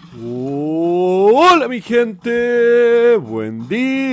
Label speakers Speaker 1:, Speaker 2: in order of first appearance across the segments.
Speaker 1: Hola mi gente, buen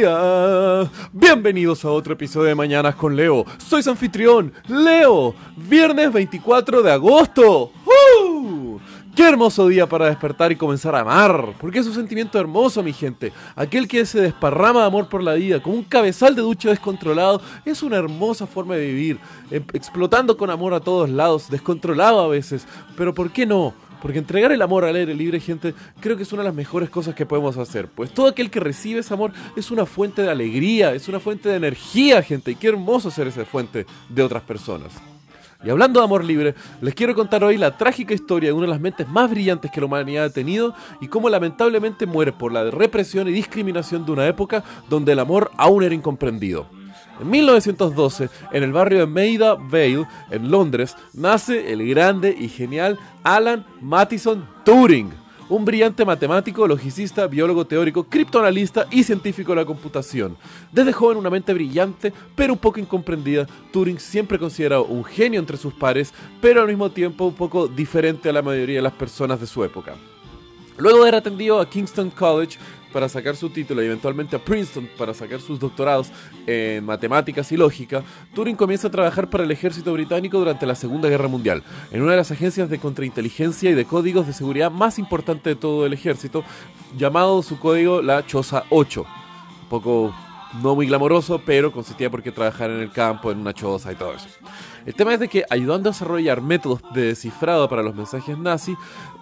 Speaker 1: día. Bienvenidos a otro episodio de Mañanas con Leo. Soy su anfitrión, Leo. Viernes 24 de agosto. ¡Uh! ¡Qué hermoso día para despertar y comenzar a amar! Porque es un sentimiento hermoso, mi gente. Aquel que se desparrama de amor por la vida, como un cabezal de ducha descontrolado, es una hermosa forma de vivir. Explotando con amor a todos lados, descontrolado a veces. Pero ¿por qué no? Porque entregar el amor al aire libre, gente, creo que es una de las mejores cosas que podemos hacer. Pues todo aquel que recibe ese amor es una fuente de alegría, es una fuente de energía, gente. Y qué hermoso ser esa fuente de otras personas. Y hablando de amor libre, les quiero contar hoy la trágica historia de una de las mentes más brillantes que la humanidad ha tenido y cómo lamentablemente muere por la represión y discriminación de una época donde el amor aún era incomprendido. En 1912, en el barrio de Maida Vale, en Londres, nace el grande y genial Alan Mathison Turing, un brillante matemático, logicista, biólogo teórico, criptoanalista y científico de la computación. Desde joven una mente brillante, pero un poco incomprendida, Turing siempre considerado un genio entre sus pares, pero al mismo tiempo un poco diferente a la mayoría de las personas de su época. Luego de haber atendido a Kingston College para sacar su título y eventualmente a Princeton para sacar sus doctorados en matemáticas y lógica, Turing comienza a trabajar para el ejército británico durante la Segunda Guerra Mundial, en una de las agencias de contrainteligencia y de códigos de seguridad más importante de todo el ejército, llamado su código la Choza 8. Un poco no muy glamoroso, pero consistía porque trabajar en el campo, en una choza y todo eso. El tema es de que, ayudando a desarrollar métodos de descifrado para los mensajes nazis,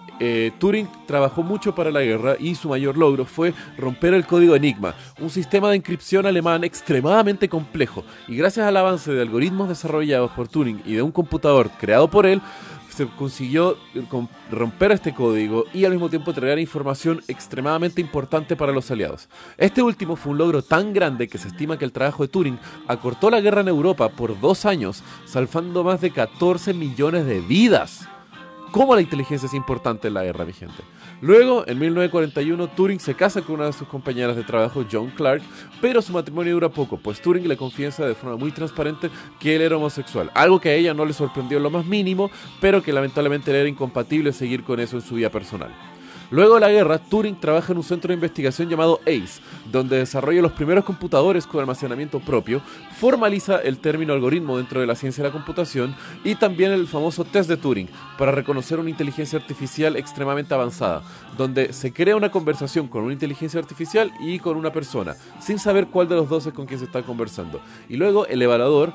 Speaker 1: Turing trabajó mucho para la guerra y su mayor logro fue romper el código Enigma, un sistema de encripción alemán extremadamente complejo, y gracias al avance de algoritmos desarrollados por Turing y de un computador creado por él, se consiguió romper este código y al mismo tiempo entregar información extremadamente importante para los aliados. Este último fue un logro tan grande que se estima que el trabajo de Turing acortó la guerra en Europa por 2 años, salvando más de 14 millones de vidas. Cómo la inteligencia es importante en la guerra, mi gente. Luego, en 1941, Turing se casa con una de sus compañeras de trabajo, Joan Clark, pero su matrimonio dura poco, pues Turing le confiesa de forma muy transparente que él era homosexual, algo que a ella no le sorprendió en lo más mínimo, pero que lamentablemente le era incompatible seguir con eso en su vida personal. Luego de la guerra, Turing trabaja en un centro de investigación llamado ACE, donde desarrolla los primeros computadores con almacenamiento propio, formaliza el término algoritmo dentro de la ciencia de la computación y también el famoso test de Turing para reconocer una inteligencia artificial extremadamente avanzada, donde se crea una conversación con una inteligencia artificial y con una persona, sin saber cuál de los dos es con quien se está conversando. Y luego el evaluador,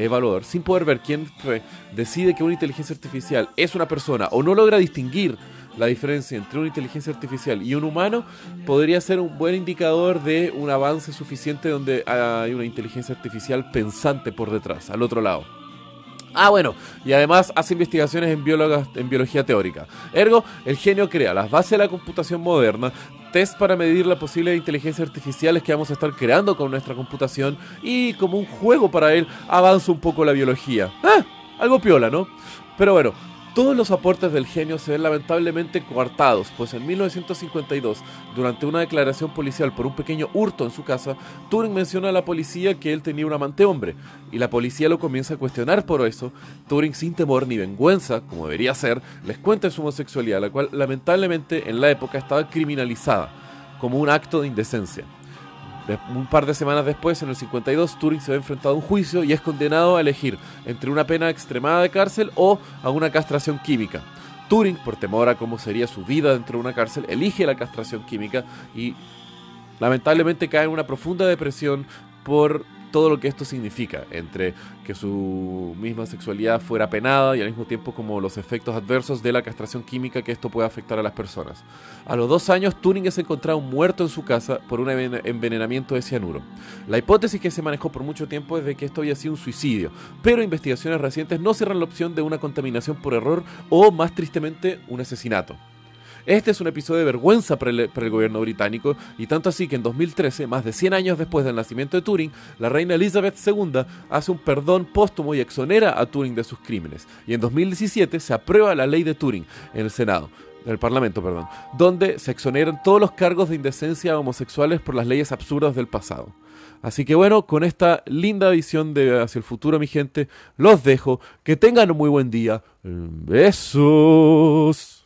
Speaker 1: sin poder ver quién fue, decide que una inteligencia artificial es una persona o no logra distinguir la diferencia entre una inteligencia artificial y un humano, podría ser un buen indicador de un avance suficiente donde hay una inteligencia artificial pensante por detrás, al otro lado. Bueno, y además hace investigaciones en biología teórica. Ergo, el genio crea las bases de la computación moderna, test para medir la posible inteligencia artificiales que vamos a estar creando con nuestra computación, y como un juego para él, avanza un poco la biología. Algo piola, ¿no? Pero bueno, todos los aportes del genio se ven lamentablemente coartados, pues en 1952, durante una declaración policial por un pequeño hurto en su casa, Turing menciona a la policía que él tenía un amante hombre, y la policía lo comienza a cuestionar por eso. Turing, sin temor ni vergüenza, como debería ser, les cuenta su homosexualidad, la cual lamentablemente en la época estaba criminalizada como un acto de indecencia. Un par de semanas después, en el 52, Turing se ve enfrentado a un juicio y es condenado a elegir entre una pena extremada de cárcel o a una castración química. Turing, por temor a cómo sería su vida dentro de una cárcel, elige la castración química y lamentablemente cae en una profunda depresión por todo lo que esto significa, entre que su misma sexualidad fuera penada y al mismo tiempo como los efectos adversos de la castración química que esto puede afectar a las personas. A los 2 años, Turing es encontrado muerto en su casa por un envenenamiento de cianuro. La hipótesis que se manejó por mucho tiempo es de que esto había sido un suicidio, pero investigaciones recientes no cierran la opción de una contaminación por error o, más tristemente, un asesinato. Este es un episodio de vergüenza para el gobierno británico, y tanto así que en 2013, más de 100 años después del nacimiento de Turing, la reina Elizabeth II hace un perdón póstumo y exonera a Turing de sus crímenes. Y en 2017 se aprueba la ley de Turing en el Senado. El Parlamento, donde se exoneran todos los cargos de indecencia a homosexuales por las leyes absurdas del pasado. Así que bueno, con esta linda visión hacia el futuro, mi gente, los dejo. Que tengan un muy buen día. Besos.